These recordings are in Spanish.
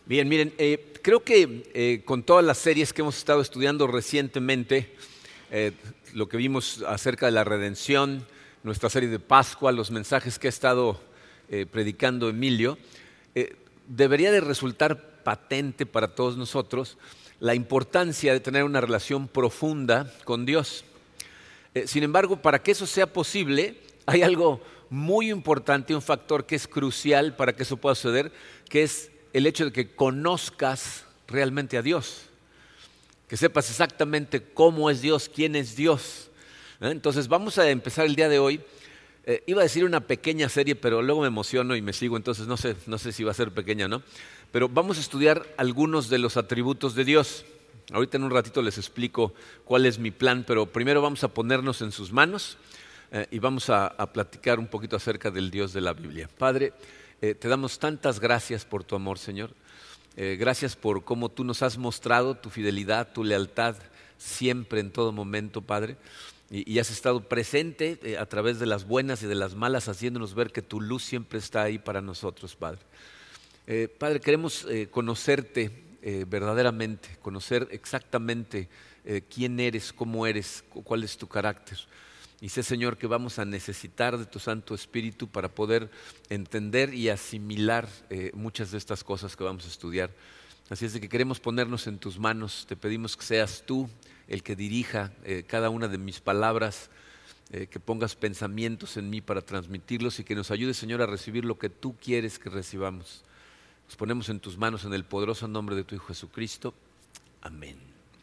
Bien, miren, creo que con todas las series que hemos estado estudiando recientemente, lo que vimos acerca de la redención, nuestra serie de Pascua, los mensajes que ha estado predicando Emilio, debería de resultar patente para todos nosotros la importancia de tener una relación profunda con Dios. Sin embargo, para que eso sea posible, hay algo muy importante, un factor que es crucial para que eso pueda suceder, que es el hecho de que conozcas realmente a Dios, que sepas exactamente cómo es Dios, quién es Dios. Entonces vamos a empezar el día de hoy. Iba a decir una pequeña serie, pero luego me emociono y me sigo, entonces no sé si va a ser pequeña o no. Pero vamos a estudiar algunos de los atributos de Dios. Ahorita en un ratito les explico cuál es mi plan, pero primero vamos a ponernos en sus manos y vamos a platicar un poquito acerca del Dios de la Biblia. Padre, te damos tantas gracias por tu amor, Señor. Gracias por cómo tú nos has mostrado tu fidelidad, tu lealtad, siempre, en todo momento, Padre. Y has estado presente a través de las buenas y de las malas, haciéndonos ver que tu luz siempre está ahí para nosotros, Padre. Padre, queremos conocerte verdaderamente, conocer exactamente quién eres, cómo eres, cuál es tu carácter. Y sé, Señor, que vamos a necesitar de tu Santo Espíritu para poder entender y asimilar muchas de estas cosas que vamos a estudiar. Así es de que queremos ponernos en tus manos. Te pedimos que seas tú el que dirija cada una de mis palabras, que pongas pensamientos en mí para transmitirlos y que nos ayudes, Señor, a recibir lo que tú quieres que recibamos. Nos ponemos en tus manos en el poderoso nombre de tu Hijo Jesucristo. Amén.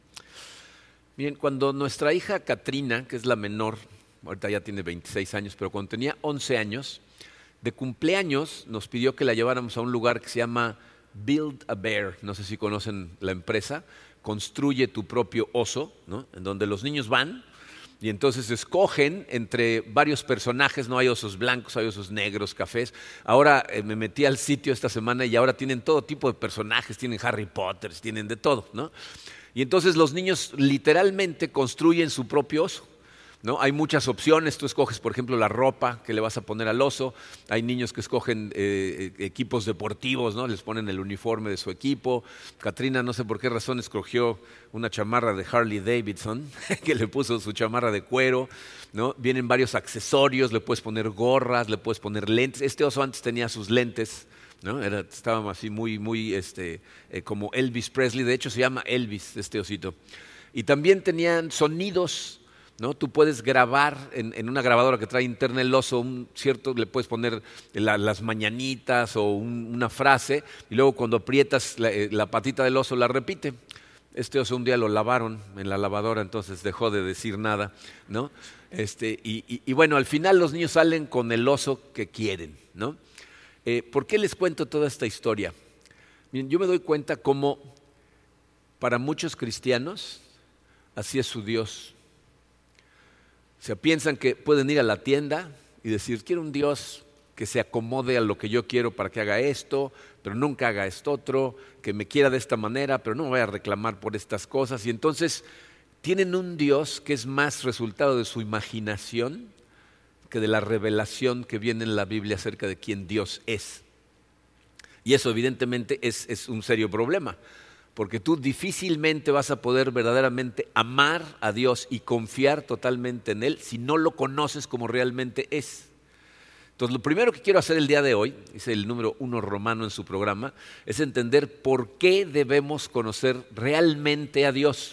Bien, cuando nuestra hija Katrina, que es la menor, ahorita ya tiene 26 años, pero cuando tenía 11 años, de cumpleaños nos pidió que la lleváramos a un lugar que se llama Build a Bear. No sé si conocen la empresa. Construye tu propio oso, ¿no? En donde los niños van y entonces escogen entre varios personajes, no hay osos blancos, hay osos negros, cafés. Ahora me metí al sitio esta semana y ahora tienen todo tipo de personajes, tienen Harry Potter, tienen de todo, ¿no? Y entonces los niños literalmente construyen su propio oso, ¿no? Hay muchas opciones, tú escoges por ejemplo la ropa que le vas a poner al oso, hay niños que escogen equipos deportivos, ¿no? Les ponen el uniforme de su equipo. Katrina no sé por qué razón escogió una chamarra de Harley Davidson, que le puso su chamarra de cuero, ¿no? Vienen varios accesorios, le puedes poner gorras, le puedes poner lentes. Este oso antes tenía sus lentes, ¿no? Estaba así muy como Elvis Presley, de hecho se llama Elvis este osito. Y también tenían sonidos, ¿no? Tú puedes grabar en una grabadora que trae interna el oso, le puedes poner las mañanitas o una frase y luego cuando aprietas la patita del oso la repite. Este oso un día lo lavaron en la lavadora, entonces dejó de decir nada, ¿no? Y bueno, al final los niños salen con el oso que quieren, ¿no? ¿Por qué les cuento toda esta historia? Miren, yo me doy cuenta cómo para muchos cristianos así es su Dios. O sea, piensan que pueden ir a la tienda y decir, quiero un Dios que se acomode a lo que yo quiero para que haga esto, pero nunca haga esto otro, que me quiera de esta manera, pero no me voy a reclamar por estas cosas. Y entonces tienen un Dios que es más resultado de su imaginación que de la revelación que viene en la Biblia acerca de quién Dios es. Y eso evidentemente es un serio problema. Porque tú difícilmente vas a poder verdaderamente amar a Dios y confiar totalmente en Él si no lo conoces como realmente es. Entonces, lo primero que quiero hacer el día de hoy, es el número 1 romano en su programa, es entender por qué debemos conocer realmente a Dios.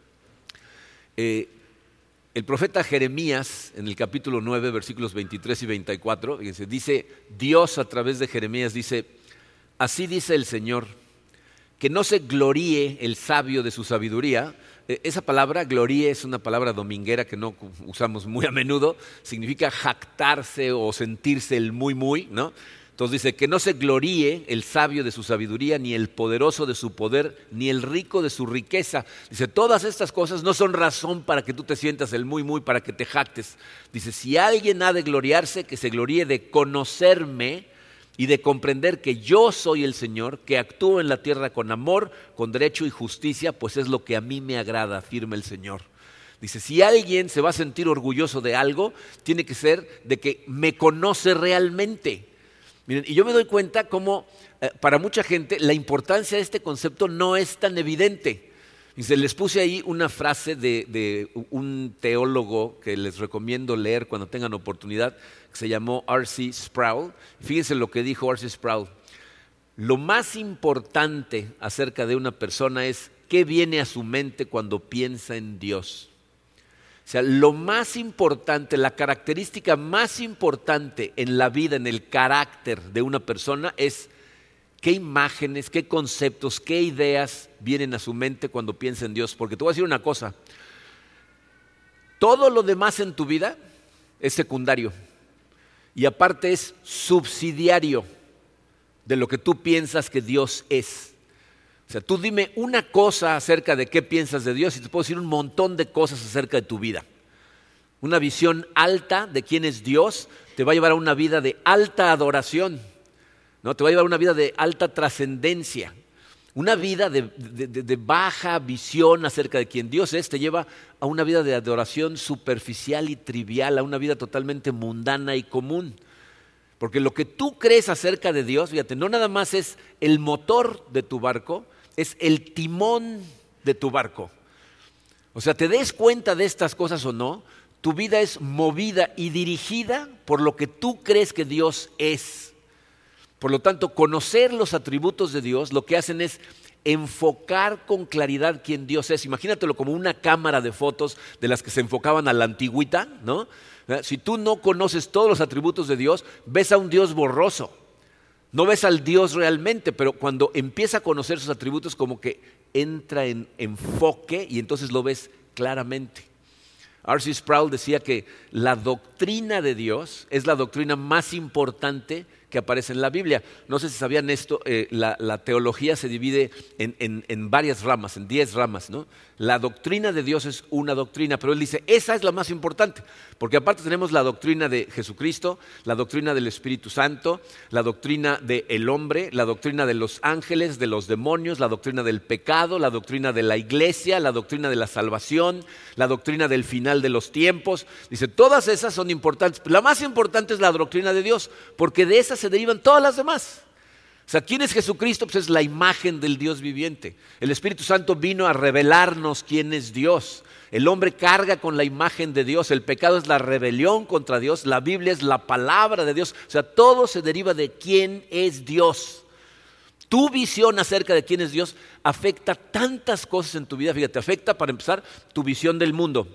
El profeta Jeremías, en el capítulo 9, versículos 23 y 24, fíjense, dice Dios a través de Jeremías, dice, así dice el Señor, que no se gloríe el sabio de su sabiduría. Esa palabra, gloríe, es una palabra dominguera que no usamos muy a menudo. Significa jactarse o sentirse el muy, ¿no? Entonces dice, que no se gloríe el sabio de su sabiduría, ni el poderoso de su poder, ni el rico de su riqueza. Dice, todas estas cosas no son razón para que tú te sientas el muy, para que te jactes. Dice, si alguien ha de gloriarse, que se gloríe de conocerme y de comprender que yo soy el Señor, que actúo en la tierra con amor, con derecho y justicia, pues es lo que a mí me agrada, afirma el Señor. Dice, si alguien se va a sentir orgulloso de algo, tiene que ser de que me conoce realmente. Miren, y yo me doy cuenta cómo para mucha gente la importancia de este concepto no es tan evidente. Y les puse ahí una frase de un teólogo que les recomiendo leer cuando tengan oportunidad, que se llamó R.C. Sproul. Fíjense lo que dijo R.C. Sproul. Lo más importante acerca de una persona es qué viene a su mente cuando piensa en Dios. O sea, lo más importante, la característica más importante en la vida, en el carácter de una persona es qué imágenes, qué conceptos, qué ideas vienen a su mente cuando piensa en Dios. Porque te voy a decir una cosa, todo lo demás en tu vida es secundario y aparte es subsidiario de lo que tú piensas que Dios es. O sea, tú dime una cosa acerca de qué piensas de Dios y te puedo decir un montón de cosas acerca de tu vida. Una visión alta de quién es Dios te va a llevar a una vida de alta adoración, ¿no? Te va a llevar a una vida de alta trascendencia. Una vida de baja visión acerca de quién Dios es te lleva a una vida de adoración superficial y trivial, a una vida totalmente mundana y común. Porque lo que tú crees acerca de Dios, fíjate, no nada más es el motor de tu barco, es el timón de tu barco. O sea, te des cuenta de estas cosas o no, tu vida es movida y dirigida por lo que tú crees que Dios es. Por lo tanto, conocer los atributos de Dios lo que hacen es enfocar con claridad quién Dios es. Imagínatelo como una cámara de fotos de las que se enfocaban a la antigüita, ¿no? Si tú no conoces todos los atributos de Dios, ves a un Dios borroso. No ves al Dios realmente, pero cuando empieza a conocer sus atributos como que entra en enfoque y entonces lo ves claramente. R.C. Sproul decía que la doctrina de Dios es la doctrina más importante que aparece en la Biblia. No sé si sabían esto, la teología se divide en varias ramas, en 10 ramas, ¿no? La doctrina de Dios es una doctrina, pero él dice, esa es la más importante, porque aparte tenemos la doctrina de Jesucristo, la doctrina del Espíritu Santo, la doctrina del hombre, la doctrina de los ángeles, de los demonios, la doctrina del pecado, la doctrina de la iglesia, la doctrina de la salvación, la doctrina del final de los tiempos. Dice, todas esas son importantes. La más importante es la doctrina de Dios, porque de esas se derivan todas las demás. O sea, ¿quién es Jesucristo? Pues es la imagen del Dios viviente. El Espíritu Santo vino a revelarnos quién es Dios. El hombre carga con la imagen de Dios. El pecado es la rebelión contra Dios. La Biblia es la palabra de Dios. O sea, todo se deriva de quién es Dios. Tu visión acerca de quién es Dios afecta tantas cosas en tu vida. Fíjate, afecta para empezar tu visión del mundo.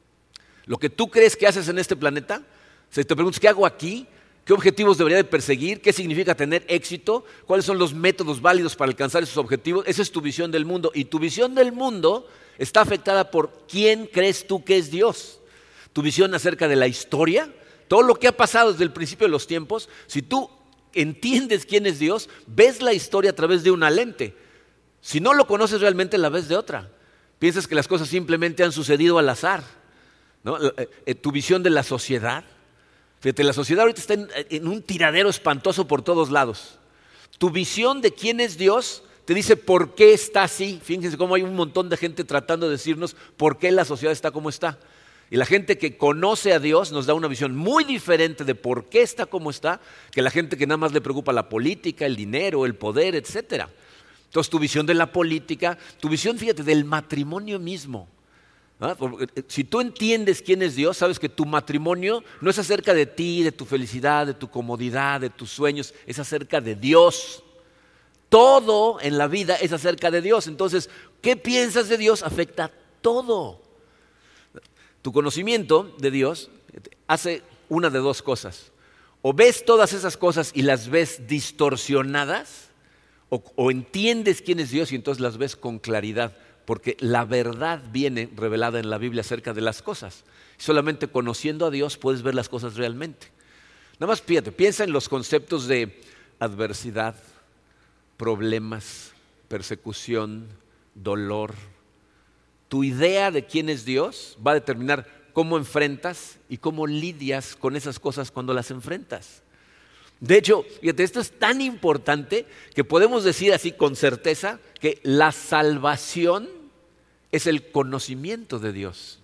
Lo que tú crees que haces en este planeta, si te preguntas, ¿qué hago aquí? ¿Qué objetivos debería de perseguir? ¿Qué significa tener éxito? ¿Cuáles son los métodos válidos para alcanzar esos objetivos? Esa es tu visión del mundo. Y tu visión del mundo está afectada por quién crees tú que es Dios. Tu visión acerca de la historia, todo lo que ha pasado desde el principio de los tiempos. Si tú entiendes quién es Dios, ves la historia a través de una lente. Si no lo conoces realmente, la ves de otra. Piensas que las cosas simplemente han sucedido al azar, ¿no? Tu visión de la sociedad. Fíjate, la sociedad ahorita está en un tiradero espantoso por todos lados. Tu visión de quién es Dios te dice por qué está así. Fíjense cómo hay un montón de gente tratando de decirnos por qué la sociedad está como está. Y la gente que conoce a Dios nos da una visión muy diferente de por qué está como está, que la gente que nada más le preocupa la política, el dinero, el poder, etcétera. Entonces tu visión de la política, tu visión, fíjate, del matrimonio mismo. Si tú entiendes quién es Dios, sabes que tu matrimonio no es acerca de ti, de tu felicidad, de tu comodidad, de tus sueños, es acerca de Dios. Todo en la vida es acerca de Dios. Entonces, ¿qué piensas de Dios? Afecta todo. Tu conocimiento de Dios hace una de dos cosas. O ves todas esas cosas y las ves distorsionadas, o entiendes quién es Dios y entonces las ves con claridad. Porque la verdad viene revelada en la Biblia acerca de las cosas. Solamente conociendo a Dios puedes ver las cosas realmente. Nada más fíjate, piensa en los conceptos de adversidad, problemas, persecución, dolor. Tu idea de quién es Dios va a determinar cómo enfrentas y cómo lidias con esas cosas cuando las enfrentas. De hecho, fíjate, esto es tan importante que podemos decir así con certeza que la salvación es el conocimiento de Dios.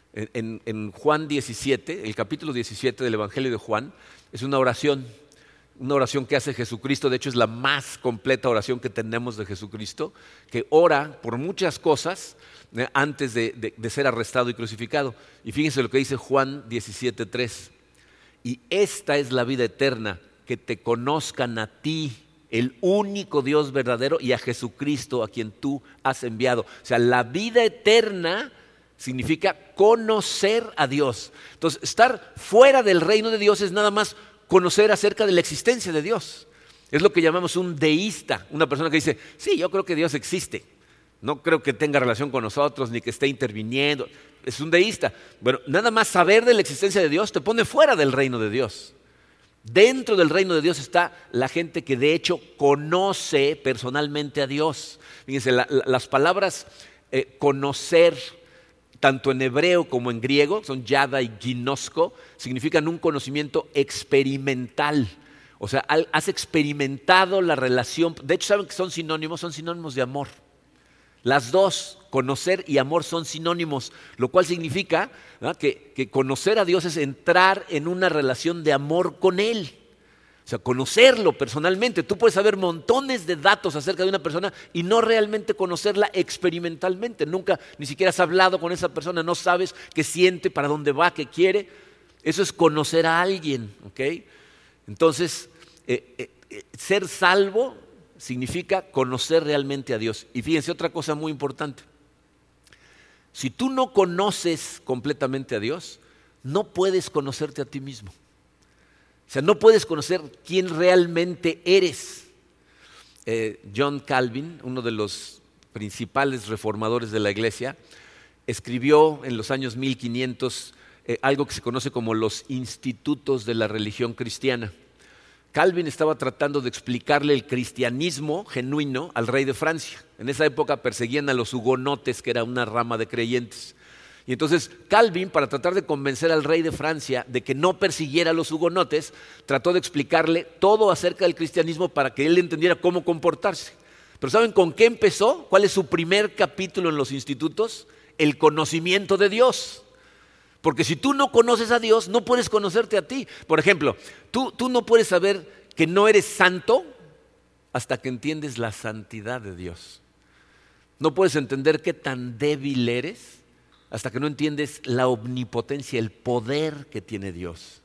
En Juan 17, el capítulo 17 del Evangelio de Juan, es una oración una oración que hace Jesucristo, de hecho es la más completa oración que tenemos de Jesucristo, que ora por muchas cosas antes de ser arrestado y crucificado. Y fíjense lo que dice Juan 17:3. Y esta es la vida eterna, que te conozcan a ti, el único Dios verdadero, y a Jesucristo a quien tú has enviado. O sea, la vida eterna significa conocer a Dios. Entonces, estar fuera del reino de Dios es nada más conocer acerca de la existencia de Dios. Es lo que llamamos un deísta, una persona que dice, sí, yo creo que Dios existe. No creo que tenga relación con nosotros, ni que esté interviniendo. Es un deísta. Bueno, nada más saber de la existencia de Dios te pone fuera del reino de Dios. Dentro del reino de Dios está la gente que de hecho conoce personalmente a Dios. Fíjense, las palabras conocer, tanto en hebreo como en griego, son yada y ginosko, significan un conocimiento experimental. O sea, has experimentado la relación. De hecho, ¿saben que son sinónimos de amor? Las dos, conocer y amor, son sinónimos, lo cual significa que conocer a Dios es entrar en una relación de amor con Él. O sea, conocerlo personalmente. Tú puedes saber montones de datos acerca de una persona y no realmente conocerla experimentalmente. Nunca, ni siquiera has hablado con esa persona, no sabes qué siente, para dónde va, qué quiere. Eso es conocer a alguien, ¿ok? Entonces, ser salvo significa conocer realmente a Dios. Y fíjense, otra cosa muy importante. Si tú no conoces completamente a Dios, no puedes conocerte a ti mismo. O sea, no puedes conocer quién realmente eres. John Calvin, uno de los principales reformadores de la iglesia, escribió en los años 1500 algo que se conoce como los institutos de la religión cristiana. Calvin estaba tratando de explicarle el cristianismo genuino al rey de Francia. En esa época perseguían a los hugonotes, que era una rama de creyentes. Y entonces Calvin, para tratar de convencer al rey de Francia de que no persiguiera a los hugonotes, trató de explicarle todo acerca del cristianismo para que él entendiera cómo comportarse. Pero ¿saben con qué empezó? ¿Cuál es su primer capítulo en los institutos? El conocimiento de Dios. Porque si tú no conoces a Dios, no puedes conocerte a ti. Por ejemplo, tú no puedes saber que no eres santo hasta que entiendes la santidad de Dios. No puedes entender qué tan débil eres hasta que no entiendes la omnipotencia, el poder que tiene Dios.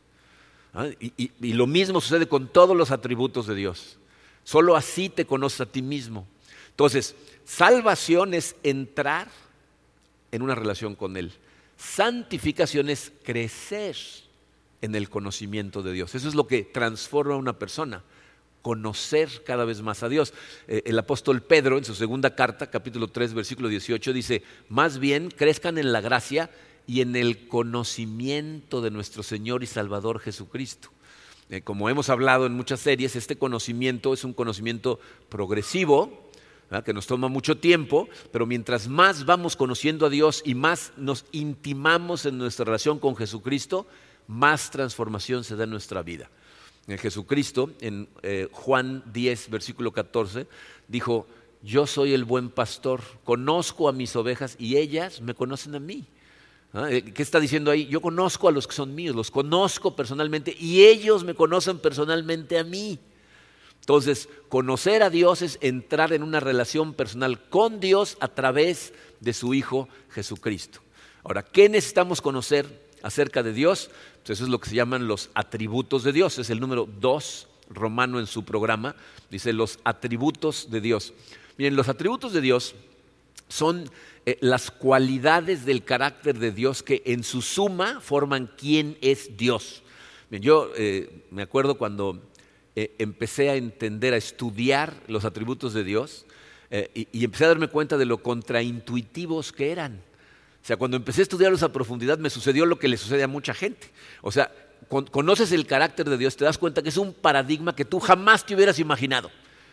Y lo mismo sucede con todos los atributos de Dios. Solo así te conoces a ti mismo. Entonces, salvación es entrar en una relación con Él. Santificación es crecer en el conocimiento de Dios. Eso es lo que transforma a una persona, conocer cada vez más a Dios. El apóstol Pedro, en su segunda carta, capítulo 3, versículo 18, dice, más bien crezcan en la gracia y en el conocimiento de nuestro Señor y Salvador Jesucristo. Como hemos hablado en muchas series, este conocimiento es un conocimiento progresivo, que nos toma mucho tiempo, pero mientras más vamos conociendo a Dios y más nos intimamos en nuestra relación con Jesucristo, más transformación se da en nuestra vida. En Jesucristo, en Juan 10, versículo 14, dijo, yo soy el buen pastor, conozco a mis ovejas y ellas me conocen a mí. ¿Qué está diciendo ahí? Yo conozco a los que son míos, los conozco personalmente y ellos me conocen personalmente a mí. Entonces, conocer a Dios es entrar en una relación personal con Dios a través de su Hijo Jesucristo. Ahora, ¿qué necesitamos conocer acerca de Dios? Pues eso es lo que se llaman los atributos de Dios. Es el número 2 romano en su programa. Dice los atributos de Dios. Miren, los atributos de Dios son las cualidades del carácter de Dios que en su suma forman quién es Dios. Bien, yo me acuerdo cuando empecé a entender, a estudiar los atributos de Dios y empecé a darme cuenta de lo contraintuitivos que eran. O sea, cuando empecé a estudiarlos a profundidad me sucedió lo que le sucede a mucha gente. O sea, conoces el carácter de Dios, te das cuenta que es un paradigma que tú jamás te hubieras imaginado.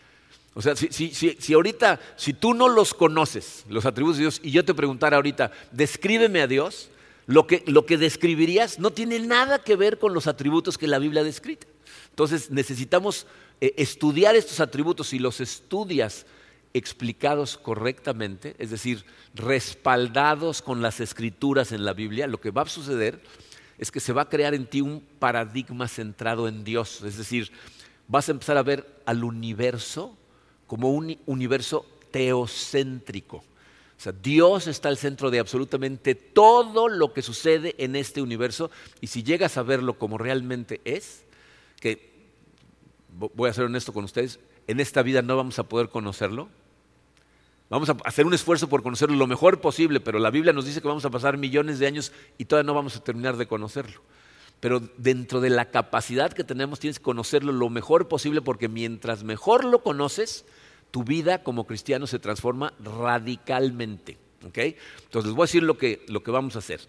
O sea, si ahorita, si tú no los conoces, los atributos de Dios, y yo te preguntara ahorita, descríbeme a Dios, lo que describirías no tiene nada que ver con los atributos que la Biblia ha descrito. Entonces necesitamos estudiar estos atributos. Si los estudias explicados correctamente, es decir, respaldados con las escrituras en la Biblia, lo que va a suceder es que se va a crear en ti un paradigma centrado en Dios. Es decir, vas a empezar a ver al universo como un universo teocéntrico. O sea, Dios está al centro de absolutamente todo lo que sucede en este universo, y si llegas a verlo como realmente es, que voy a ser honesto con ustedes, en esta vida no vamos a poder conocerlo. Vamos a hacer un esfuerzo por conocerlo lo mejor posible, pero la Biblia nos dice que vamos a pasar millones de años y todavía no vamos a terminar de conocerlo. Pero dentro de la capacidad que tenemos tienes que conocerlo lo mejor posible, porque mientras mejor lo conoces, tu vida como cristiano se transforma radicalmente. ¿Okay? Entonces les voy a decir lo que vamos a hacer.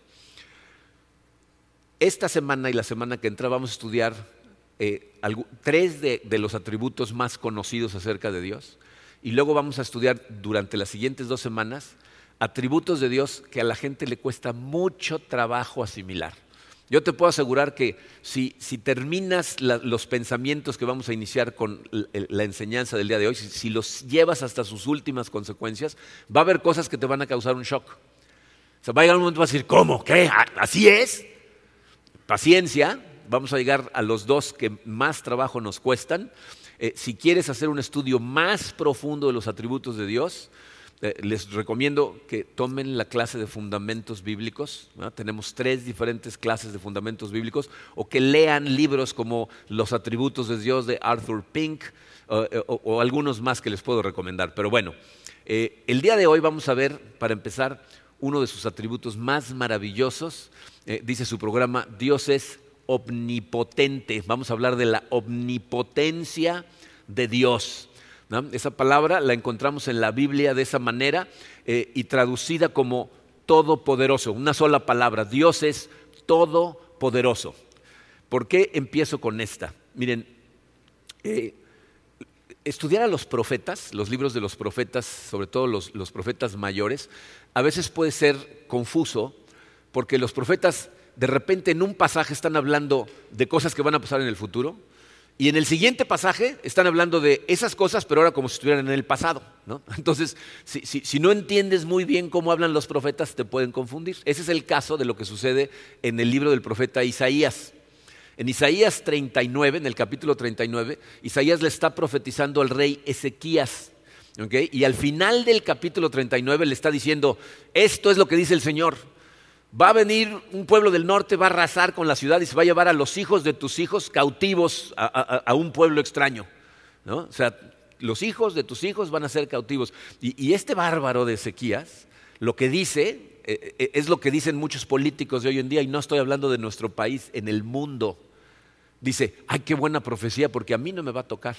Esta semana y la semana que entra vamos a estudiar 3 de los atributos más conocidos acerca de Dios. Y luego vamos a estudiar durante las siguientes 2 semanas atributos de Dios que a la gente le cuesta mucho trabajo asimilar. Yo te puedo asegurar que si terminas los pensamientos que vamos a iniciar con la enseñanza del día de hoy, si los llevas hasta sus últimas consecuencias, va a haber cosas que te van a causar un shock. O sea, va a llegar un momento y vas a decir, ¿cómo? ¿Qué? ¿Así es? Paciencia, vamos a llegar a los 2 que más trabajo nos cuestan. Si quieres hacer un estudio más profundo de los atributos de Dios, les recomiendo que tomen la clase de fundamentos bíblicos, ¿no? Tenemos 3 diferentes clases de fundamentos bíblicos, o que lean libros como Los atributos de Dios de Arthur Pink, o algunos más que les puedo recomendar. Pero bueno, el día de hoy vamos a ver, para empezar, uno de sus atributos más maravillosos. Dice su programa, Dios es omnipotente. Vamos a hablar de la omnipotencia de Dios, ¿no? Esa palabra la encontramos en la Biblia de esa manera, y traducida como todopoderoso, una sola palabra. Dios es todopoderoso. ¿Por qué empiezo con esta? Miren, estudiar a los profetas, los libros de los profetas, sobre todo los profetas mayores, a veces puede ser confuso, porque los profetas de repente en un pasaje están hablando de cosas que van a pasar en el futuro, y en el siguiente pasaje están hablando de esas cosas, pero ahora como si estuvieran en el pasado, ¿no? Entonces, si no entiendes muy bien cómo hablan los profetas, te pueden confundir. Ese es el caso de lo que sucede en el libro del profeta Isaías. En Isaías 39, en el capítulo 39, Isaías le está profetizando al rey Ezequías. ¿Okay? Y al final del capítulo 39 le está diciendo, esto es lo que dice el Señor. Va a venir un pueblo del norte, va a arrasar con la ciudad y se va a llevar a los hijos de tus hijos cautivos a un pueblo extraño, ¿no? O sea, los hijos de tus hijos van a ser cautivos. Y este bárbaro de Ezequías, lo que dice, es lo que dicen muchos políticos de hoy en día, y no estoy hablando de nuestro país, en el mundo. Dice, ay, qué buena profecía, porque a mí no me va a tocar.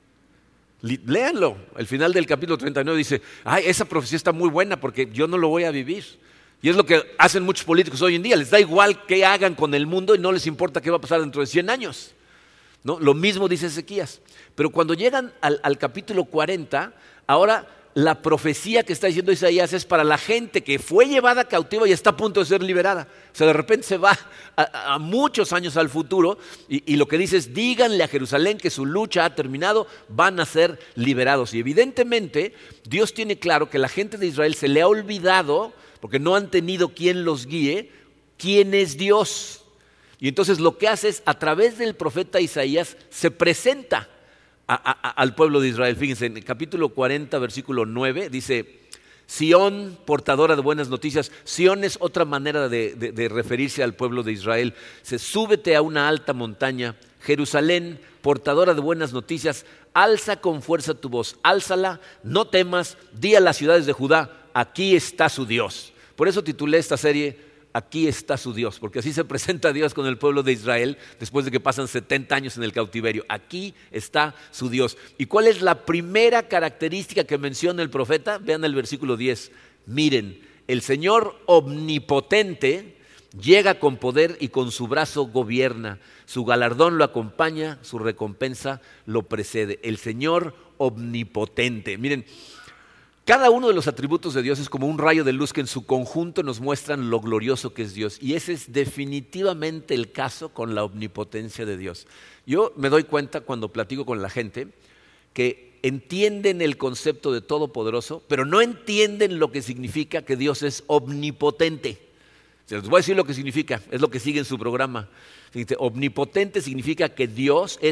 Léanlo, el final del capítulo 39 dice, ay, esa profecía está muy buena porque yo no lo voy a vivir. Y es lo que hacen muchos políticos hoy en día, les da igual qué hagan con el mundo y no les importa qué va a pasar dentro de 100 años. ¿No? Lo mismo dice Ezequías. Pero cuando llegan al capítulo 40, ahora la profecía que está diciendo Isaías es para la gente que fue llevada cautiva y está a punto de ser liberada. O sea, de repente se va a muchos años al futuro, y lo que dice es, díganle a Jerusalén que su lucha ha terminado, van a ser liberados. Y evidentemente Dios tiene claro que la gente de Israel se le ha olvidado, porque no han tenido quien los guíe, quién es Dios. Y entonces lo que hace es, a través del profeta Isaías, se presenta al pueblo de Israel. Fíjense, en el capítulo 40, versículo 9, dice, Sión, portadora de buenas noticias. Sión es otra manera de referirse al pueblo de Israel. Súbete a una alta montaña, Jerusalén, portadora de buenas noticias, alza con fuerza tu voz, álzala, no temas, di a las ciudades de Judá, aquí está su Dios. Por eso titulé esta serie, Aquí está su Dios, porque así se presenta Dios con el pueblo de Israel después de que pasan 70 años en el cautiverio. Aquí está su Dios. ¿Y cuál es la primera característica que menciona el profeta? Vean el versículo 10. Miren, el Señor omnipotente llega con poder y con su brazo gobierna. Su galardón lo acompaña, su recompensa lo precede. El Señor omnipotente. Miren, cada uno de los atributos de Dios es como un rayo de luz que en su conjunto nos muestran lo glorioso que es Dios. Y ese es definitivamente el caso con la omnipotencia de Dios. Yo me doy cuenta cuando platico con la gente que entienden el concepto de todopoderoso, pero no entienden lo que significa que Dios es omnipotente. Se les voy a decir lo que significa, es lo que sigue en su programa. Omnipotente significa que Dios es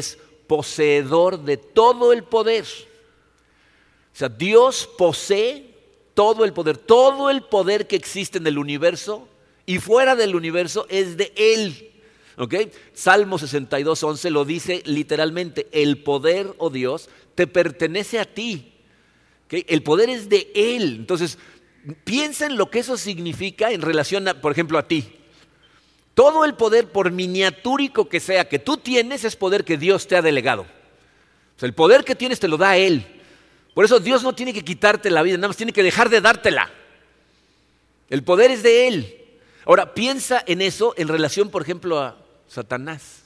poseedor de todo el poder. O sea, Dios posee todo el poder que existe en el universo y fuera del universo es de Él. ¿Okay? Salmo 62:11 lo dice literalmente: el poder, oh Dios, te pertenece a ti. ¿Okay? El poder es de Él. Entonces, piensa en lo que eso significa en relación, por ejemplo, a ti. Todo el poder, por miniatúrico que sea, que tú tienes, es poder que Dios te ha delegado. O sea, el poder que tienes te lo da Él. Por eso Dios no tiene que quitarte la vida, nada más tiene que dejar de dártela. El poder es de Él. Ahora, piensa en eso en relación, por ejemplo, a Satanás.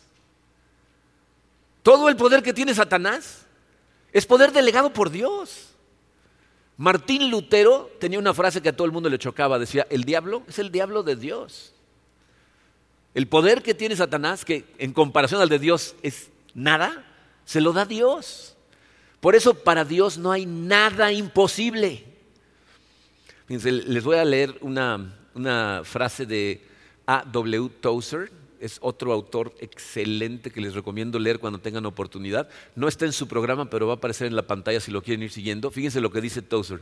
Todo el poder que tiene Satanás es poder delegado por Dios. Martín Lutero tenía una frase que a todo el mundo le chocaba, decía: el diablo es el diablo de Dios. El poder que tiene Satanás, que en comparación al de Dios es nada, se lo da Dios. Por eso para Dios no hay nada imposible. Fíjense, les voy a leer una frase de A.W. Tozer. Es otro autor excelente que les recomiendo leer cuando tengan oportunidad. No está en su programa, pero va a aparecer en la pantalla si lo quieren ir siguiendo. Fíjense lo que dice Tozer.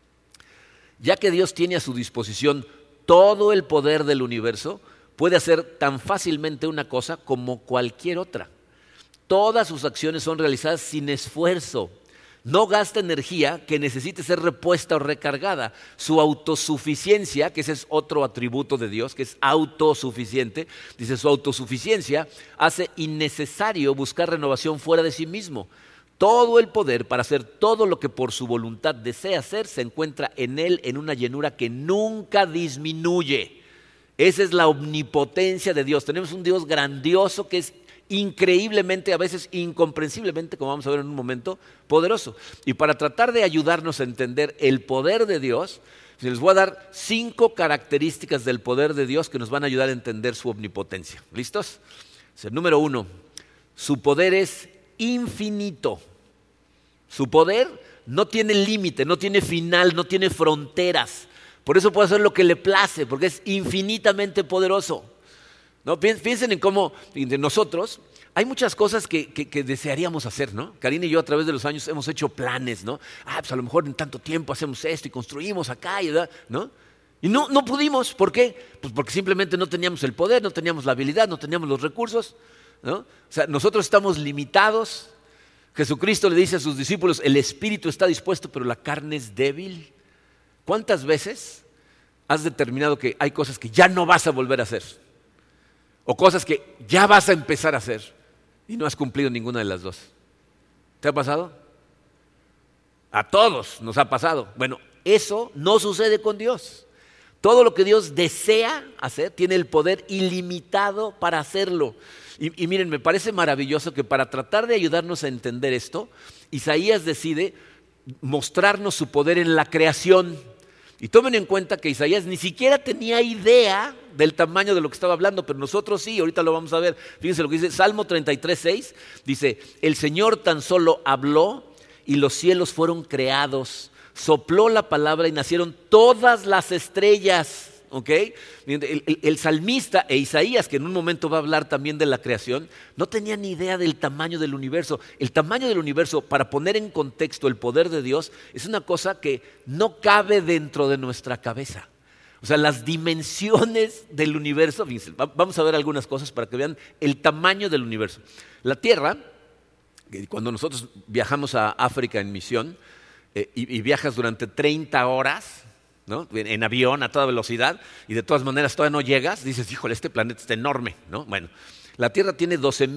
Ya que Dios tiene a su disposición todo el poder del universo, puede hacer tan fácilmente una cosa como cualquier otra. Todas sus acciones son realizadas sin esfuerzo. No gasta energía que necesite ser repuesta o recargada. Su autosuficiencia, que ese es otro atributo de Dios, que es autosuficiente, dice: su autosuficiencia hace innecesario buscar renovación fuera de sí mismo. Todo el poder para hacer todo lo que por su voluntad desea hacer se encuentra en Él en una llenura que nunca disminuye. Esa es la omnipotencia de Dios. Tenemos un Dios grandioso que es increíblemente, a veces incomprensiblemente, como vamos a ver en un momento, poderoso. Y para tratar de ayudarnos a entender el poder de Dios, les voy a dar 5 características del poder de Dios que nos van a ayudar a entender su omnipotencia. ¿Listos? Número 1, su poder es infinito. Su poder no tiene límite, no tiene final, no tiene fronteras. Por eso puede hacer lo que le place, porque es infinitamente poderoso. ¿No? Piensen en cómo de nosotros hay muchas cosas que desearíamos hacer, ¿no? Karina y yo a través de los años hemos hecho planes, ¿no? Pues a lo mejor en tanto tiempo hacemos esto y construimos acá, ¿no? Y no pudimos. ¿Por qué? Pues porque simplemente no teníamos el poder, no teníamos la habilidad, no teníamos los recursos, ¿no? O sea, nosotros estamos limitados. Jesucristo le dice a sus discípulos: el espíritu está dispuesto, pero la carne es débil. ¿Cuántas veces has determinado que hay cosas que ya no vas a volver a hacer? O cosas que ya vas a empezar a hacer y no has cumplido ninguna de las dos. ¿Te ha pasado? A todos nos ha pasado. Bueno, eso no sucede con Dios. Todo lo que Dios desea hacer tiene el poder ilimitado para hacerlo. Y miren, me parece maravilloso que para tratar de ayudarnos a entender esto, Isaías decide mostrarnos su poder en la creación. Y tomen en cuenta que Isaías ni siquiera tenía idea del tamaño de lo que estaba hablando, pero nosotros sí, ahorita lo vamos a ver. Fíjense lo que dice Salmo 33:6, dice: el Señor tan solo habló y los cielos fueron creados, sopló la palabra y nacieron todas las estrellas. ¿Okay? El salmista e Isaías, que en un momento va a hablar también de la creación, no tenía ni idea del tamaño del universo. El tamaño del universo, para poner en contexto el poder de Dios, es una cosa que no cabe dentro de nuestra cabeza. O sea, las dimensiones del universo, fíjense, vamos a ver algunas cosas para que vean el tamaño del universo. La Tierra, cuando nosotros viajamos a África en misión y viajas durante 30 horas, ¿no? En avión a toda velocidad, y de todas maneras todavía no llegas, dices: híjole, este planeta está enorme, ¿no? Bueno, la Tierra tiene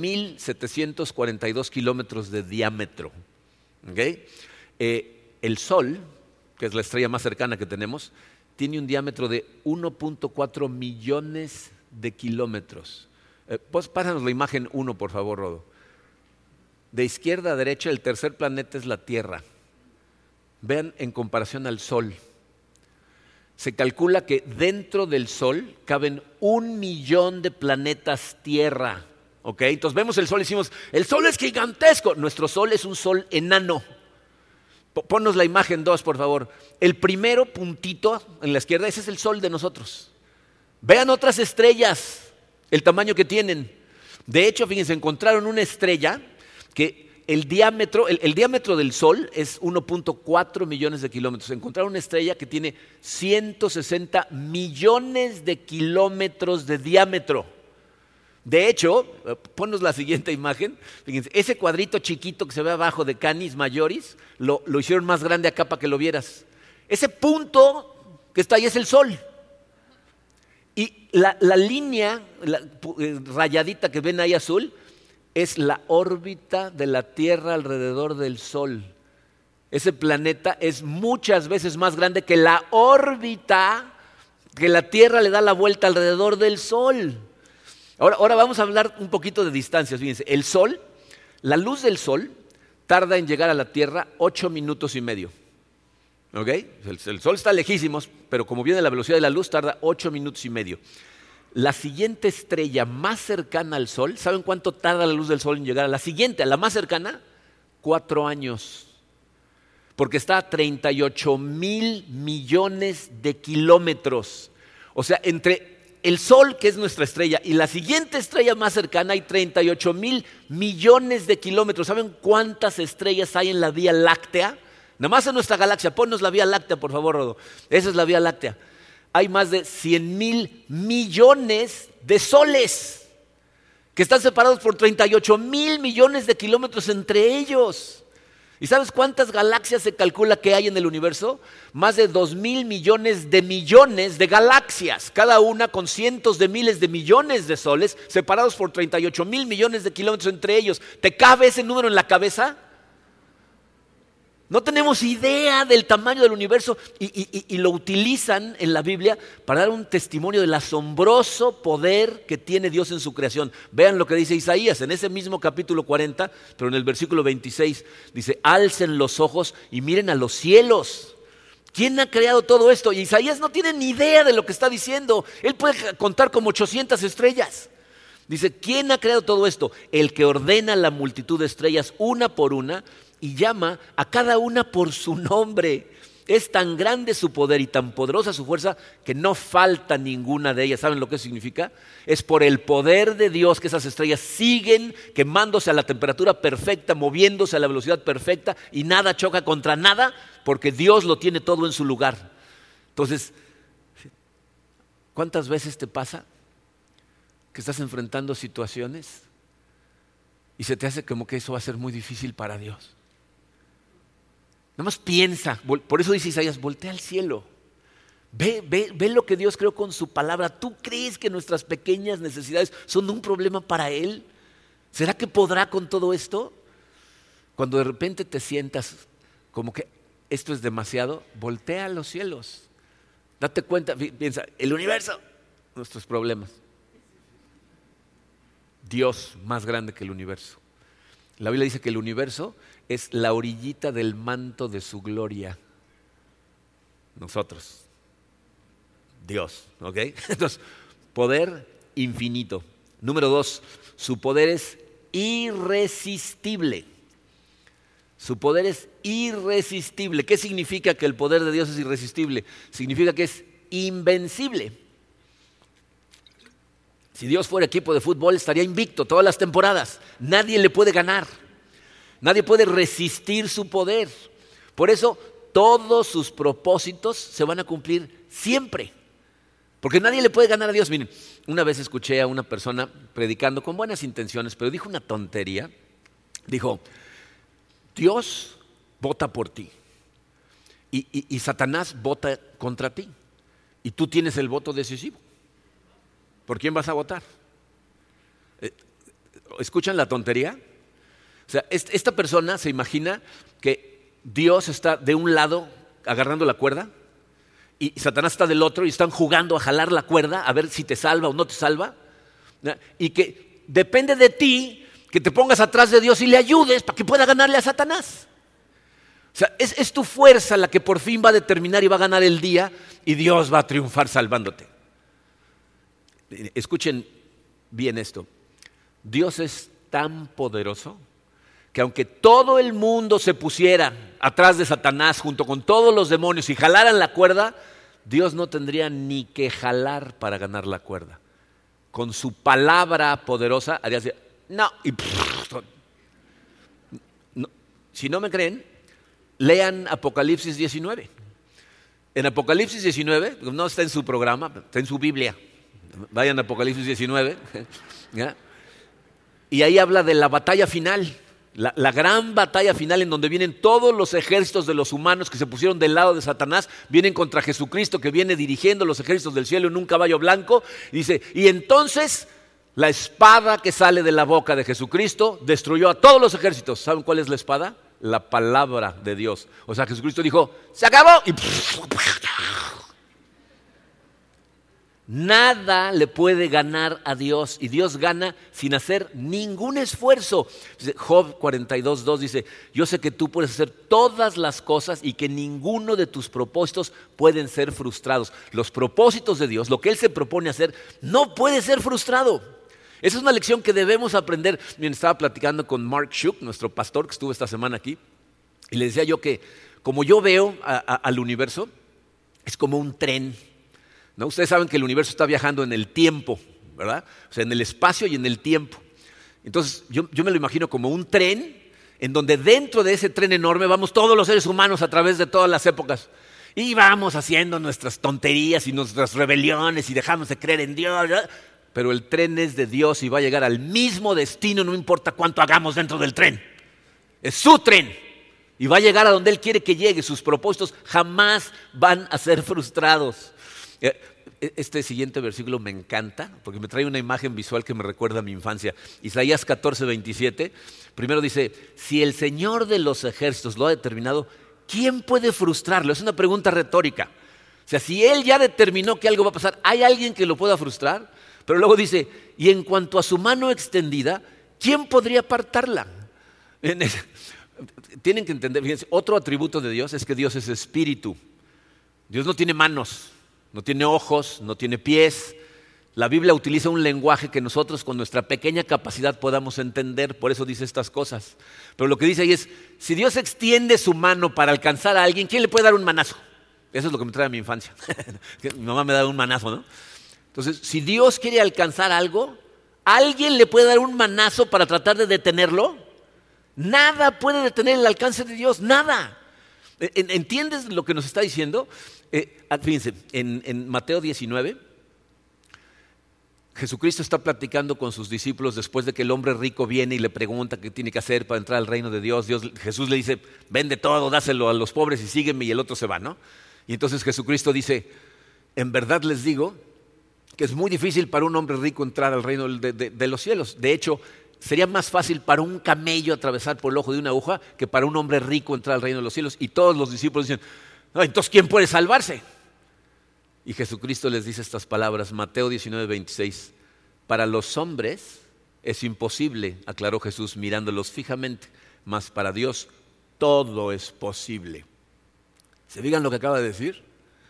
12,742 kilómetros de diámetro. ¿Okay? El Sol, que es la estrella más cercana que tenemos, tiene un diámetro de 1.4 millones de kilómetros. Pues pásanos la imagen 1, por favor, Rodo. De izquierda a derecha, el tercer planeta es la Tierra. Vean en comparación al Sol. Se calcula que dentro del Sol caben 1 millón de planetas Tierra. ¿Okay? Entonces vemos el Sol y decimos: el Sol es gigantesco. Nuestro Sol es un Sol enano. Ponnos la imagen 2, por favor. El primero puntito en la izquierda, ese es el Sol de nosotros. Vean otras estrellas, el tamaño que tienen. De hecho, fíjense, encontraron una estrella que el diámetro del Sol es 1.4 millones de kilómetros. Encontraron una estrella que tiene 160 millones de kilómetros de diámetro. De hecho, ponnos la siguiente imagen. Fíjense, ese cuadrito chiquito que se ve abajo de Canis Majoris, lo hicieron más grande acá para que lo vieras. Ese punto que está ahí es el Sol. Y la línea rayadita que ven ahí azul es la órbita de la Tierra alrededor del Sol. Ese planeta es muchas veces más grande que la órbita que la Tierra le da la vuelta alrededor del Sol. Ahora vamos a hablar un poquito de distancias. Fíjense, el Sol, la luz del Sol tarda en llegar a la Tierra 8 minutos y medio. ¿Ok? El Sol está lejísimos, pero como viene la velocidad de la luz, tarda 8 minutos y medio. La siguiente estrella más cercana al Sol, ¿saben cuánto tarda la luz del Sol en llegar a la siguiente, a la más cercana? 4 años. Porque está a 38,000 millones de kilómetros. O sea, entre el Sol, que es nuestra estrella, y la siguiente estrella más cercana hay 38,000 millones de kilómetros. ¿Saben cuántas estrellas hay en la Vía Láctea? Nada más en nuestra galaxia. Ponnos la Vía Láctea, por favor, Rodo. Esa es la Vía Láctea. Hay más de 100,000 millones de soles que están separados por 38,000 millones de kilómetros entre ellos. ¿Y sabes cuántas galaxias se calcula que hay en el universo? Más de 2,000 millones de galaxias, cada una con cientos de miles de millones de soles, separados por 38,000 millones de kilómetros entre ellos. ¿Te cabe ese número en la cabeza? No tenemos idea del tamaño del universo y lo utilizan en la Biblia para dar un testimonio del asombroso poder que tiene Dios en su creación. Vean lo que dice Isaías en ese mismo capítulo 40, pero en el versículo 26 dice: alcen los ojos y miren a los cielos. ¿Quién ha creado todo esto? Y Isaías no tiene ni idea de lo que está diciendo. Él puede contar como 800 estrellas. Dice: ¿quién ha creado todo esto? El que ordena la multitud de estrellas una por una y llama a cada una por su nombre. Es tan grande su poder y tan poderosa su fuerza que no falta ninguna de ellas. ¿Saben lo que significa? Es por el poder de Dios que esas estrellas siguen quemándose a la temperatura perfecta, moviéndose a la velocidad perfecta y nada choca contra nada, porque Dios lo tiene todo en su lugar. Entonces, ¿cuántas veces te pasa que estás enfrentando situaciones y se te hace como que eso va a ser muy difícil para Dios? Nada más piensa, por eso dice Isaías: voltea al cielo, ve lo que Dios creó con su palabra. ¿Tú crees que nuestras pequeñas necesidades son un problema para Él? ¿Será que podrá con todo esto? Cuando de repente te sientas como que esto es demasiado, voltea a los cielos, date cuenta, piensa: el universo, nuestros problemas. Dios más grande que el universo. La Biblia dice que el universo es la orillita del manto de su gloria. Nosotros, Dios, ¿ok? Entonces, poder infinito. Número 2, su poder es irresistible. Su poder es irresistible. ¿Qué significa que el poder de Dios es irresistible? Significa que es invencible. Si Dios fuera equipo de fútbol, estaría invicto todas las temporadas. Nadie le puede ganar. Nadie puede resistir su poder. Por eso todos sus propósitos se van a cumplir siempre. Porque nadie le puede ganar a Dios. Miren, una vez escuché a una persona predicando con buenas intenciones, pero dijo una tontería. Dijo: Dios vota por ti y Satanás vota contra ti. Y tú tienes el voto decisivo. ¿Por quién vas a votar? ¿Escuchan la tontería? O sea, esta persona se imagina que Dios está de un lado agarrando la cuerda y Satanás está del otro y están jugando a jalar la cuerda a ver si te salva o no te salva, ¿no? Y que depende de ti que te pongas atrás de Dios y le ayudes para que pueda ganarle a Satanás. O sea, es tu fuerza la que por fin va a determinar y va a ganar el día, y Dios va a triunfar salvándote. Escuchen bien esto. Dios es tan poderoso que aunque todo el mundo se pusiera atrás de Satanás junto con todos los demonios y jalaran la cuerda, Dios no tendría ni que jalar para ganar la cuerda. Con su palabra poderosa haría así: no, y Si no me creen, lean Apocalipsis 19. En Apocalipsis 19, no está en su programa, está en su Biblia. Vayan a Apocalipsis 19. ¿Ya? Y ahí habla de la batalla final, la gran batalla final en donde vienen todos los ejércitos de los humanos que se pusieron del lado de Satanás, vienen contra Jesucristo que viene dirigiendo los ejércitos del cielo en un caballo blanco. Dice, y entonces la espada que sale de la boca de Jesucristo destruyó a todos los ejércitos. ¿Saben cuál es la espada? La palabra de Dios. O sea, Jesucristo dijo, se acabó. Y nada le puede ganar a Dios, y Dios gana sin hacer ningún esfuerzo. Job 42:2 dice, yo sé que tú puedes hacer todas las cosas y que ninguno de tus propósitos pueden ser frustrados. Los propósitos de Dios, lo que Él se propone hacer, no puede ser frustrado. Esa es una lección que debemos aprender. Miren, estaba platicando con Mark Shook, nuestro pastor que estuvo esta semana aquí, y le decía yo que como yo veo al universo, es como un tren. ¿No? Ustedes saben que el universo está viajando en el tiempo, ¿verdad? O sea, en el espacio y en el tiempo. Entonces, yo me lo imagino como un tren en donde dentro de ese tren enorme vamos todos los seres humanos a través de todas las épocas. Y vamos haciendo nuestras tonterías y nuestras rebeliones y dejamos de creer en Dios, ¿verdad? Pero el tren es de Dios y va a llegar al mismo destino, no importa cuánto hagamos dentro del tren. Es su tren y va a llegar a donde Él quiere que llegue. Sus propósitos jamás van a ser frustrados. Este siguiente versículo me encanta porque me trae una imagen visual que me recuerda a mi infancia. Isaías 14:27, primero dice, si el Señor de los ejércitos lo ha determinado, ¿quién puede frustrarlo? Es una pregunta retórica. O sea, si Él ya determinó que algo va a pasar, ¿hay alguien que lo pueda frustrar? Pero luego dice, y en cuanto a su mano extendida, ¿quién podría apartarla? Tienen que entender, fíjense, otro atributo de Dios es que Dios es espíritu. Dios no tiene manos, no tiene ojos, no tiene pies. La Biblia utiliza un lenguaje que nosotros con nuestra pequeña capacidad podamos entender, por eso dice estas cosas. Pero lo que dice ahí es, si Dios extiende su mano para alcanzar a alguien, ¿quién le puede dar un manazo? Eso es lo que me trae a mi infancia. Mi mamá me daba un manazo, ¿no? Entonces, si Dios quiere alcanzar algo, ¿alguien le puede dar un manazo para tratar de detenerlo? Nada puede detener el alcance de Dios, nada. ¿Entiendes lo que nos está diciendo? Fíjense, en Mateo 19, Jesucristo está platicando con sus discípulos después de que el hombre rico viene y le pregunta qué tiene que hacer para entrar al reino de Dios. Jesús le dice, vende todo, dáselo a los pobres y sígueme, y el otro se va, ¿no? Y entonces Jesucristo dice, en verdad les digo que es muy difícil para un hombre rico entrar al reino de los cielos. De hecho, sería más fácil para un camello atravesar por el ojo de una aguja que para un hombre rico entrar al reino de los cielos. Y todos los discípulos dicen, no, entonces ¿quién puede salvarse? Y Jesucristo les dice estas palabras, Mateo 19:26, para los hombres es imposible, aclaró Jesús mirándolos fijamente, mas para Dios todo es posible. ¿Se digan lo que acaba de decir?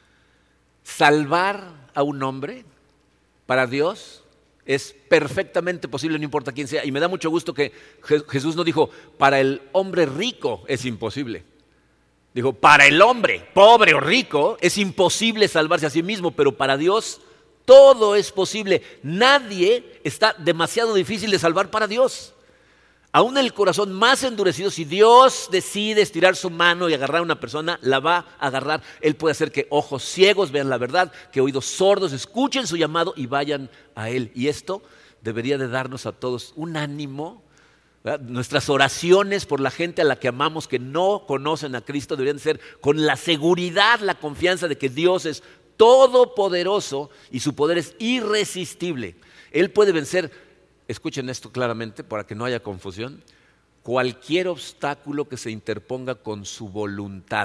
Salvar a un hombre para Dios es perfectamente posible, no importa quién sea. Y me da mucho gusto que Jesús no dijo, para el hombre rico es imposible. Dijo, para el hombre, pobre o rico, es imposible salvarse a sí mismo, pero para Dios todo es posible. Nadie está demasiado difícil de salvar para Dios. Aún el corazón más endurecido, si Dios decide estirar su mano y agarrar a una persona, la va a agarrar. Él puede hacer que ojos ciegos vean la verdad, que oídos sordos escuchen su llamado y vayan a Él. Y esto debería de darnos a todos un ánimo, ¿verdad? Nuestras oraciones por la gente a la que amamos, que no conocen a Cristo, deberían ser con la seguridad, la confianza de que Dios es todopoderoso y su poder es irresistible. Él puede vencer. Escuchen esto claramente para que no haya confusión. Cualquier obstáculo que se interponga con su voluntad.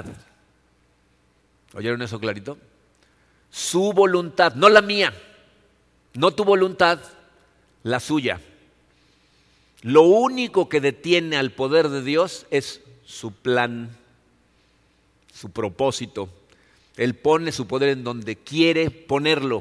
¿Oyeron eso clarito? Su voluntad, no la mía. No tu voluntad, la suya. Lo único que detiene al poder de Dios es su plan, su propósito. Él pone su poder en donde quiere ponerlo.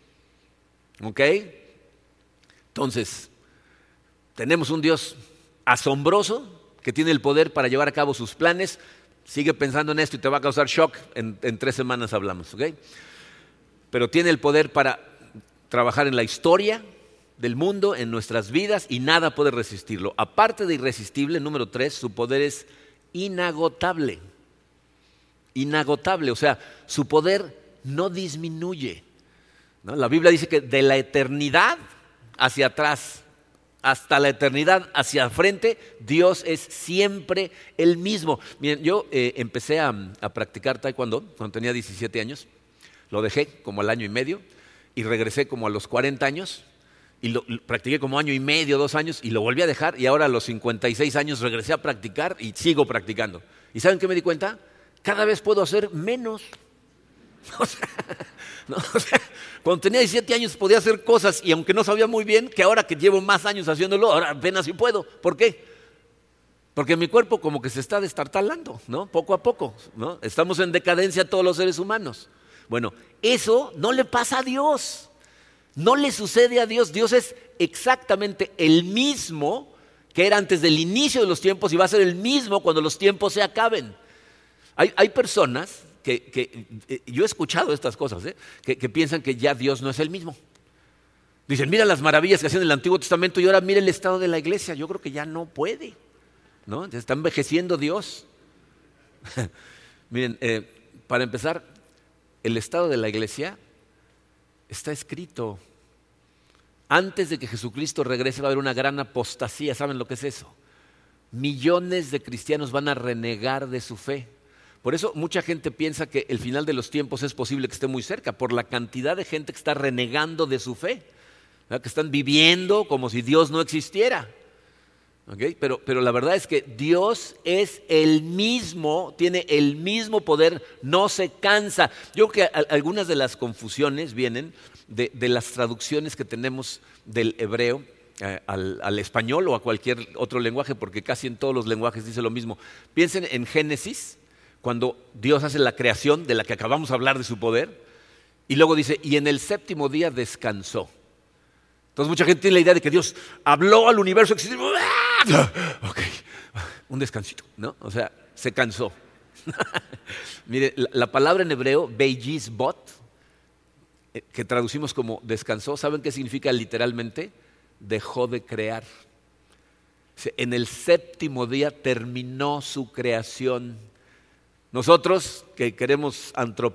¿Ok? Entonces, tenemos un Dios asombroso que tiene el poder para llevar a cabo sus planes. Sigue pensando en esto y te va a causar shock. En 3 semanas hablamos, ¿ok? Pero tiene el poder para trabajar en la historia del mundo, en nuestras vidas, y nada puede resistirlo. Aparte de irresistible, número 3, su poder es inagotable. Inagotable, o sea, su poder no disminuye, ¿no? La Biblia dice que de la eternidad hacia atrás hasta la eternidad hacia frente, Dios es siempre el mismo. Miren, yo empecé a practicar taekwondo cuando tenía 17 años, lo dejé como al año y medio y regresé como a los 40 años y lo practiqué como año y medio, 2 años y lo volví a dejar y ahora a los 56 años regresé a practicar y sigo practicando. ¿Y saben qué me di cuenta? Cada vez puedo hacer menos. O sea, cuando tenía 17 años podía hacer cosas y aunque no sabía muy bien, que ahora que llevo más años haciéndolo, ahora apenas sí puedo. ¿Por qué? Porque mi cuerpo como que se está destartalando, ¿no? Poco a poco, ¿no? Estamos en decadencia todos los seres humanos. Bueno, eso no le pasa a Dios, no le sucede a Dios. Dios es exactamente el mismo que era antes del inicio de los tiempos y va a ser el mismo cuando los tiempos se acaben. Hay personas que yo he escuchado estas cosas, que piensan que ya Dios no es el mismo. Dicen, mira las maravillas que hacían en el Antiguo Testamento y ahora mira el estado de la iglesia. Yo creo que ya no puede, ¿no? Está envejeciendo Dios. Miren, para empezar, el estado de la iglesia está escrito. Antes de que Jesucristo regrese va a haber una gran apostasía. ¿Saben lo que es eso? Millones de cristianos van a renegar de su fe. Por eso mucha gente piensa que el final de los tiempos es posible que esté muy cerca, por la cantidad de gente que está renegando de su fe, ¿verdad? Que están viviendo como si Dios no existiera. ¿Okay? Pero la verdad es que Dios es el mismo, tiene el mismo poder, no se cansa. Yo creo que algunas de las confusiones vienen de las traducciones que tenemos del hebreo al español o a cualquier otro lenguaje, porque casi en todos los lenguajes dice lo mismo. Piensen en Génesis, cuando Dios hace la creación de la que acabamos de hablar de su poder, y luego dice, y en el séptimo día descansó. Entonces mucha gente tiene la idea de que Dios habló al universo, ok, un descansito, ¿no? O sea, se cansó. Mire, la palabra en hebreo, bot, que traducimos como descansó, ¿saben qué significa literalmente? Dejó de crear. En el séptimo día terminó su creación. Nosotros que queremos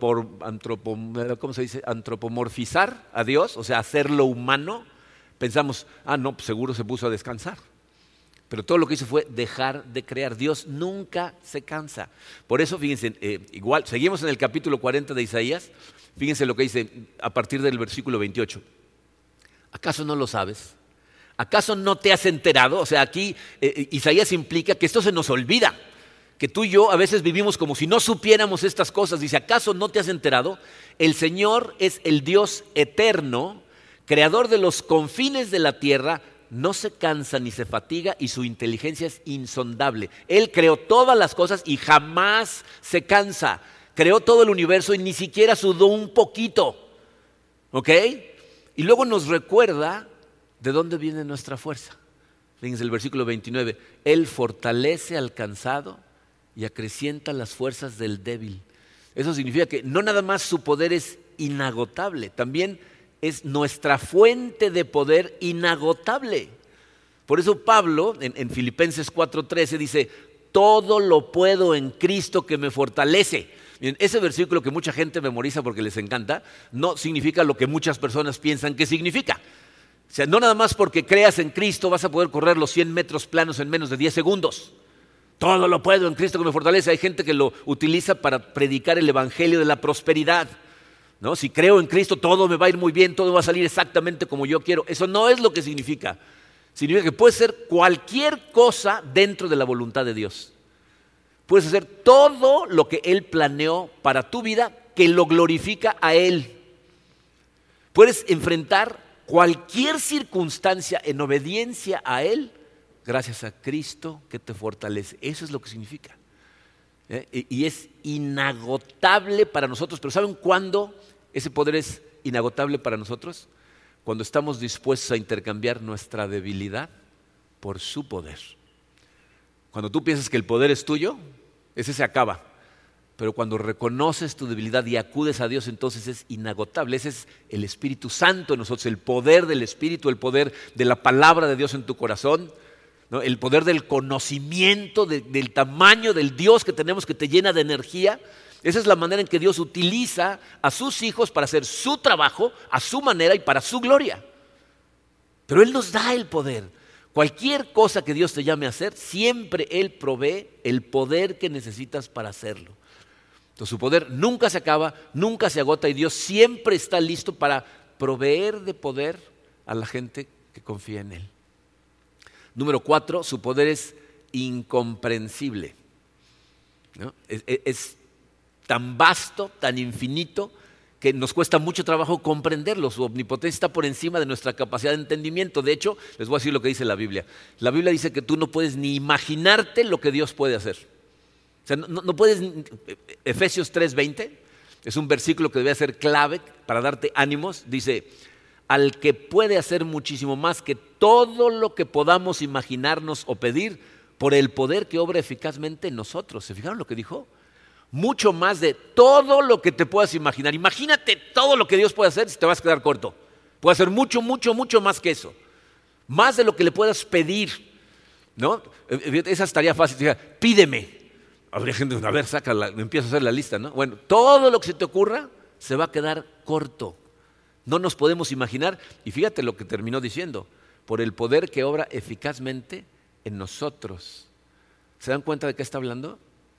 antropomorfizar a Dios, o sea, hacerlo humano, pensamos, no, pues seguro se puso a descansar. Pero todo lo que hizo fue dejar de crear. Dios nunca se cansa. Por eso, fíjense, igual, seguimos en el capítulo 40 de Isaías, fíjense lo que dice a partir del versículo 28. ¿Acaso no lo sabes? ¿Acaso no te has enterado? O sea, aquí Isaías implica que esto se nos olvida. Que tú y yo a veces vivimos como si no supiéramos estas cosas. Dice, ¿acaso no te has enterado? El Señor es el Dios eterno, creador de los confines de la tierra, no se cansa ni se fatiga y su inteligencia es insondable. Él creó todas las cosas y jamás se cansa. Creó todo el universo y ni siquiera sudó un poquito. ¿Ok? Y luego nos recuerda de dónde viene nuestra fuerza. Fíjense el versículo 29. Él fortalece al cansado y acrecienta las fuerzas del débil. Eso significa que no nada más su poder es inagotable, también es nuestra fuente de poder inagotable. Por eso Pablo en Filipenses 4:13 dice, todo lo puedo en Cristo que me fortalece. Miren, ese versículo que mucha gente memoriza porque les encanta, no significa lo que muchas personas piensan que significa. O sea, no nada más porque creas en Cristo vas a poder correr los 100 metros planos en menos de 10 segundos. Todo lo puedo en Cristo que me fortalece. Hay gente que lo utiliza para predicar el evangelio de la prosperidad, ¿no? Si creo en Cristo todo me va a ir muy bien, todo va a salir exactamente como yo quiero. Eso no es lo que significa. Significa que puedes hacer cualquier cosa dentro de la voluntad de Dios. Puedes hacer todo lo que Él planeó para tu vida que lo glorifica a Él. Puedes enfrentar cualquier circunstancia en obediencia a Él gracias a Cristo que te fortalece. Eso es lo que significa. Y es inagotable para nosotros. Pero ¿saben cuándo ese poder es inagotable para nosotros? Cuando estamos dispuestos a intercambiar nuestra debilidad por su poder. Cuando tú piensas que el poder es tuyo, ese se acaba. Pero cuando reconoces tu debilidad y acudes a Dios, entonces es inagotable. Ese es el Espíritu Santo en nosotros, el poder del Espíritu, el poder de la palabra de Dios en tu corazón. ¿no? El poder del conocimiento, del tamaño del Dios que tenemos, que te llena de energía. Esa es la manera en que Dios utiliza a sus hijos para hacer su trabajo a su manera y para su gloria. Pero Él nos da el poder. Cualquier cosa que Dios te llame a hacer, siempre Él provee el poder que necesitas para hacerlo. Entonces su poder nunca se acaba, nunca se agota y Dios siempre está listo para proveer de poder a la gente que confía en Él. Número 4, su poder es incomprensible, ¿no? Es tan vasto, tan infinito, que nos cuesta mucho trabajo comprenderlo. Su omnipotencia está por encima de nuestra capacidad de entendimiento. De hecho, les voy a decir lo que dice la Biblia. La Biblia dice que tú no puedes ni imaginarte lo que Dios puede hacer. O sea, no puedes. Efesios 3:20 es un versículo que debe ser clave para darte ánimos. Dice, al que puede hacer muchísimo más que todo lo que podamos imaginarnos o pedir por el poder que obra eficazmente en nosotros. ¿Se fijaron lo que dijo? Mucho más de todo lo que te puedas imaginar. Imagínate todo lo que Dios puede hacer si te vas a quedar corto. Puede hacer mucho, mucho, mucho más que eso. Más de lo que le puedas pedir, ¿no? Esa estaría fácil. Pídeme. Habría gente, a ver, sácala, empiezo a hacer la lista, ¿no? Bueno, todo lo que se te ocurra se va a quedar corto. No nos podemos imaginar. Y fíjate lo que terminó diciendo. Por el poder que obra eficazmente en nosotros. ¿Se dan cuenta de qué está hablando?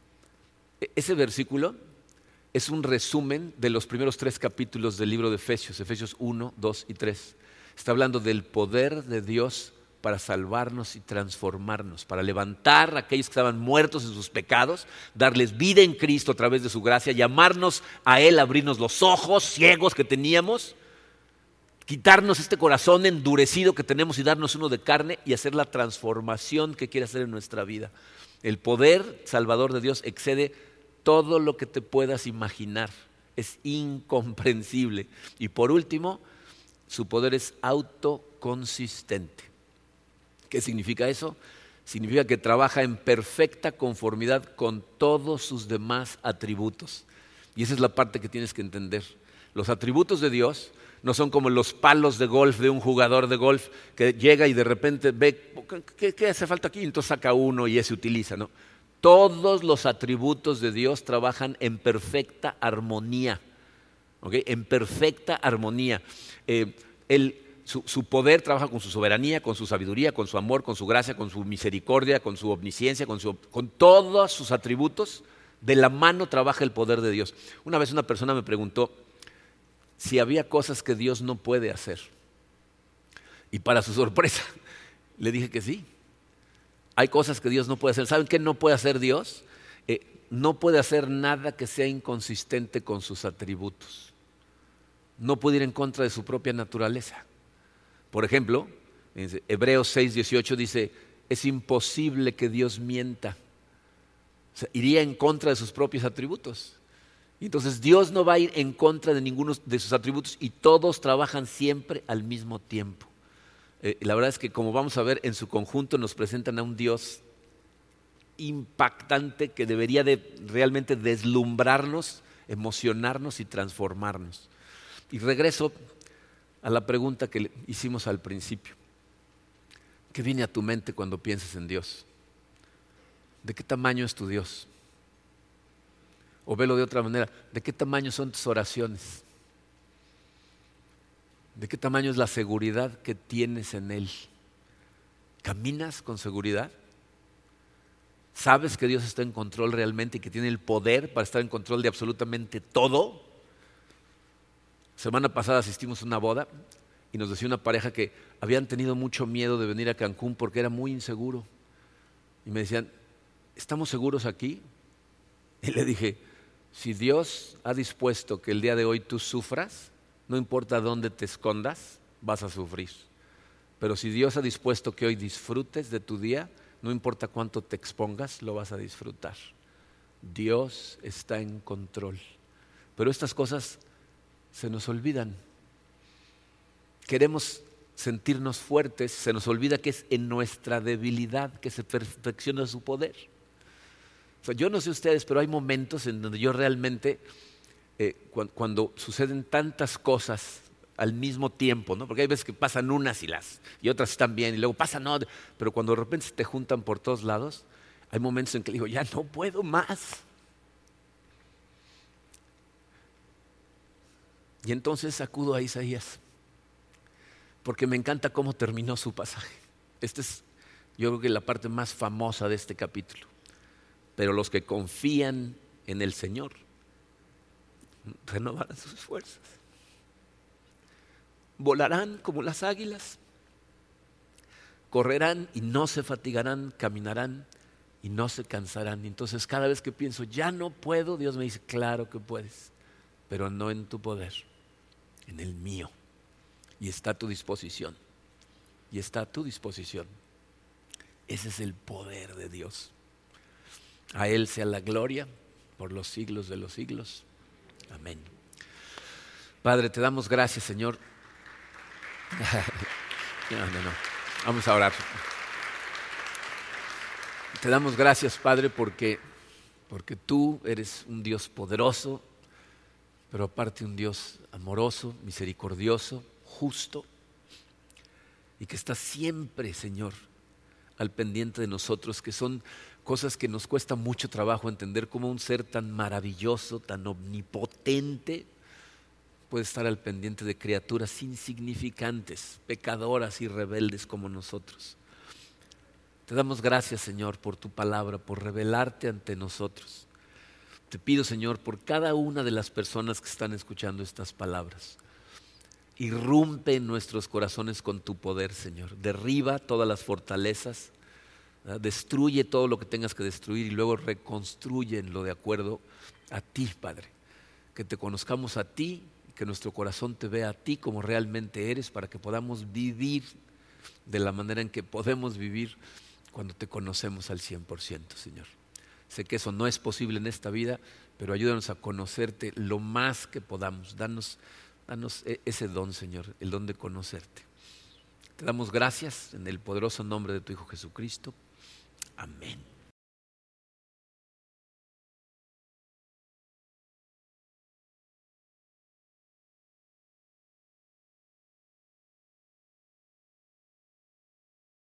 Ese versículo es un resumen de los primeros 3 capítulos del libro de Efesios, Efesios 1, 2 y 3. Está hablando del poder de Dios para salvarnos y transformarnos, para levantar a aquellos que estaban muertos en sus pecados, darles vida en Cristo a través de su gracia, llamarnos a Él, abrirnos los ojos ciegos que teníamos, quitarnos este corazón endurecido que tenemos y darnos uno de carne y hacer la transformación que quiere hacer en nuestra vida. El poder salvador de Dios excede todo lo que te puedas imaginar. Es incomprensible. Y por último, su poder es autoconsistente. ¿Qué significa eso? Significa que trabaja en perfecta conformidad con todos sus demás atributos. Y esa es la parte que tienes que entender. Los atributos de Dios no son como los palos de golf de un jugador de golf que llega y de repente ve, ¿qué hace falta aquí? Entonces saca uno y ese utiliza, ¿no? Todos los atributos de Dios trabajan en perfecta armonía, ¿okay? En perfecta armonía. Su poder trabaja con su soberanía, con su sabiduría, con su amor, con su gracia, con su misericordia, con su omnisciencia, con todos sus atributos. De la mano trabaja el poder de Dios. Una vez una persona me preguntó si había cosas que Dios no puede hacer. Y para su sorpresa, le dije que sí. Hay cosas que Dios no puede hacer. ¿Saben qué no puede hacer Dios? No puede hacer nada que sea inconsistente con sus atributos. No puede ir en contra de su propia naturaleza. Por ejemplo, Hebreos 6:18 dice, es imposible que Dios mienta. O sea, iría en contra de sus propios atributos. Y entonces Dios no va a ir en contra de ninguno de sus atributos y todos trabajan siempre al mismo tiempo. La verdad es que, como vamos a ver, en su conjunto nos presentan a un Dios impactante que debería de realmente deslumbrarnos, emocionarnos y transformarnos. Y regreso a la pregunta que hicimos al principio. ¿Qué viene a tu mente cuando piensas en Dios? ¿De qué tamaño es tu Dios? O velo de otra manera, ¿de qué tamaño son tus oraciones? ¿De qué tamaño es la seguridad que tienes en Él? ¿Caminas con seguridad? ¿Sabes que Dios está en control realmente y que tiene el poder para estar en control de absolutamente todo? Semana pasada asistimos a una boda y nos decía una pareja que habían tenido mucho miedo de venir a Cancún porque era muy inseguro. Y me decían, ¿estamos seguros aquí? Y le dije, si Dios ha dispuesto que el día de hoy tú sufras, no importa dónde te escondas, vas a sufrir. Pero si Dios ha dispuesto que hoy disfrutes de tu día, no importa cuánto te expongas, lo vas a disfrutar. Dios está en control. Pero estas cosas se nos olvidan. Queremos sentirnos fuertes, se nos olvida que es en nuestra debilidad que se perfecciona su poder. O sea, yo no sé ustedes, pero hay momentos en donde yo realmente, cuando suceden tantas cosas al mismo tiempo, ¿no? Porque hay veces que pasan unas y otras están bien, y luego pasan otras, pero cuando de repente se te juntan por todos lados, hay momentos en que digo, ya no puedo más. Y entonces acudo a Isaías, porque me encanta cómo terminó su pasaje. Esta es, yo creo que la parte más famosa de este capítulo. Pero los que confían en el Señor renovarán sus fuerzas. Volarán como las águilas, correrán y no se fatigarán, caminarán y no se cansarán. Entonces cada vez que pienso, ya no puedo, Dios me dice, claro que puedes, pero no en tu poder, en el mío. Y está a tu disposición. Y está a tu disposición. Ese es el poder de Dios. A Él sea la gloria por los siglos de los siglos. Amén. Padre, te damos gracias, Señor. No. Vamos a orar. Te damos gracias, Padre, porque tú eres un Dios poderoso, pero aparte un Dios amoroso, misericordioso, justo, y que está siempre, Señor, al pendiente de nosotros, que son cosas que nos cuesta mucho trabajo entender, cómo un ser tan maravilloso, tan omnipotente, puede estar al pendiente de criaturas insignificantes, pecadoras y rebeldes como nosotros. Te damos gracias, Señor, por tu palabra, por revelarte ante nosotros. Te pido, Señor, por cada una de las personas que están escuchando estas palabras. Irrumpe en nuestros corazones con tu poder, Señor. Derriba todas las fortalezas, ¿verdad? Destruye todo lo que tengas que destruir y luego reconstrúyenlo de acuerdo a ti, Padre. Que te conozcamos a ti, que nuestro corazón te vea a ti como realmente eres, para que podamos vivir de la manera en que podemos vivir cuando te conocemos al 100%, Señor. Sé que eso no es posible en esta vida, pero ayúdanos a conocerte lo más que podamos. Danos ese don, Señor, el don de conocerte. Te damos gracias en el poderoso nombre de tu Hijo Jesucristo. Amén.